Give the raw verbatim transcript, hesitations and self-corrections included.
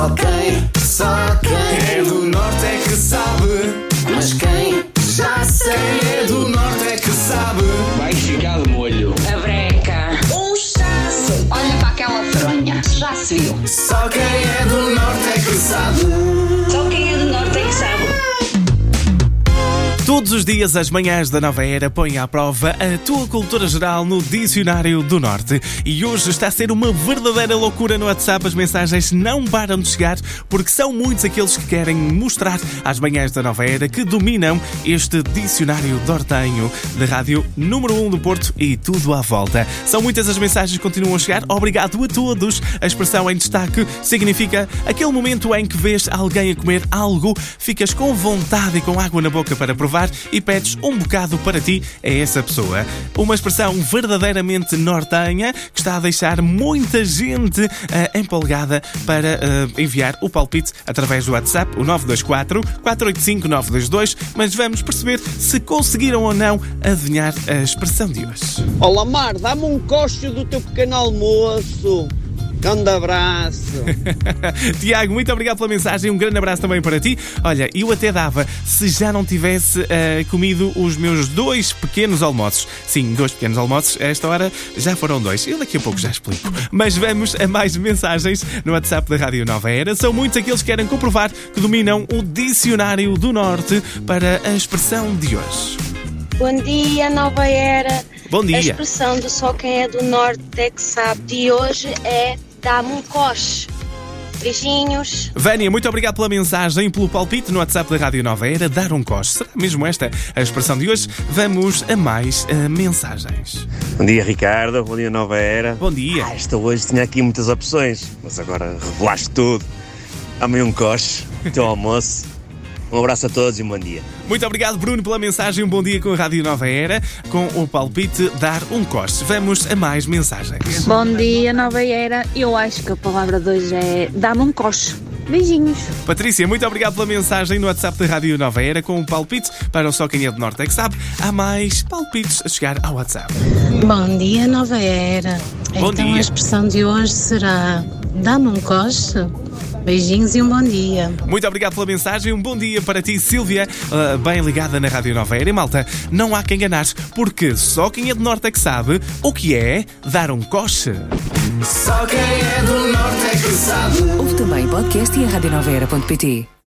Só quem, só quem é do norte é que sabe. Mas quem já sei é do norte é que sabe. Vai ficar de molho. A breca. Um chasso. Olha para aquela fronha. Já se viu. Só quem é do norte é que sabe. Só quem é do norte é que sabe. Todos os dias, as manhãs da Nova Era põem à prova a tua cultura geral no Dicionário do Norte. E hoje está a ser uma verdadeira loucura no WhatsApp. As mensagens não param de chegar, porque são muitos aqueles que querem mostrar às manhãs da Nova Era que dominam este Dicionário nortenho da Rádio Número um do Porto e tudo à volta. São muitas as mensagens que continuam a chegar. Obrigado a todos. A expressão em destaque significa aquele momento em que vês alguém a comer algo, ficas com vontade e com água na boca para provar e pedes um bocado para ti a essa pessoa. Uma expressão verdadeiramente nortenha que está a deixar muita gente uh, empolgada para uh, enviar o palpite através do WhatsApp, o nove dois quatro, quatro oito cinco, nove dois dois, mas vamos perceber se conseguiram ou não adivinhar a expressão de hoje. Olá Mar, dá-me um coxo do teu pequeno almoço. Grande abraço. Tiago, muito obrigado pela mensagem. Um grande abraço também para ti. Olha, eu até dava se já não tivesse uh, comido os meus dois pequenos almoços. Sim, dois pequenos almoços. A esta hora já foram dois. Eu daqui a pouco já explico. Mas vamos a mais mensagens no WhatsApp da Rádio Nova Era. São muitos aqueles que querem comprovar que dominam o Dicionário do Norte para a expressão de hoje. Bom dia, Nova Era. Bom dia. A expressão do só quem é do Norte é que sabe de hoje é dá-me um coche. Beijinhos. Vânia, muito obrigado pela mensagem, pelo palpite no WhatsApp da Rádio Nova Era, dar um coche. Será mesmo esta a expressão de hoje? Vamos a mais uh, mensagens. Bom dia, Ricardo. Bom dia, Nova Era. Bom dia. Ah, esta hoje tinha aqui muitas opções, mas agora revelaste tudo. Dá-me um coche, teu almoço. Um abraço a todos e um bom dia. Muito obrigado, Bruno, pela mensagem. Um bom dia com a Rádio Nova Era, com o palpite dar um coche. Vamos a mais mensagens. Bom dia, Nova Era. Eu acho que a palavra de hoje é dá-me um coche. Beijinhos. Patrícia, muito obrigado pela mensagem no WhatsApp da Rádio Nova Era, com o palpite para o Só Quem é do Norte é que sabe. Há mais palpites a chegar ao WhatsApp. Bom dia, Nova Era. Bom então dia. A expressão de hoje será dá-me um coche. Beijinhos e um bom dia. Muito obrigado pela mensagem. Um bom dia para ti, Sílvia, uh, bem ligada na Rádio Nova Era. E malta, não há quem enganar, porque só quem é do Norte é que sabe o que é dar um coche. Só quem é do norte é que sabe. Ouve também podcast e a radionovaera ponto pt.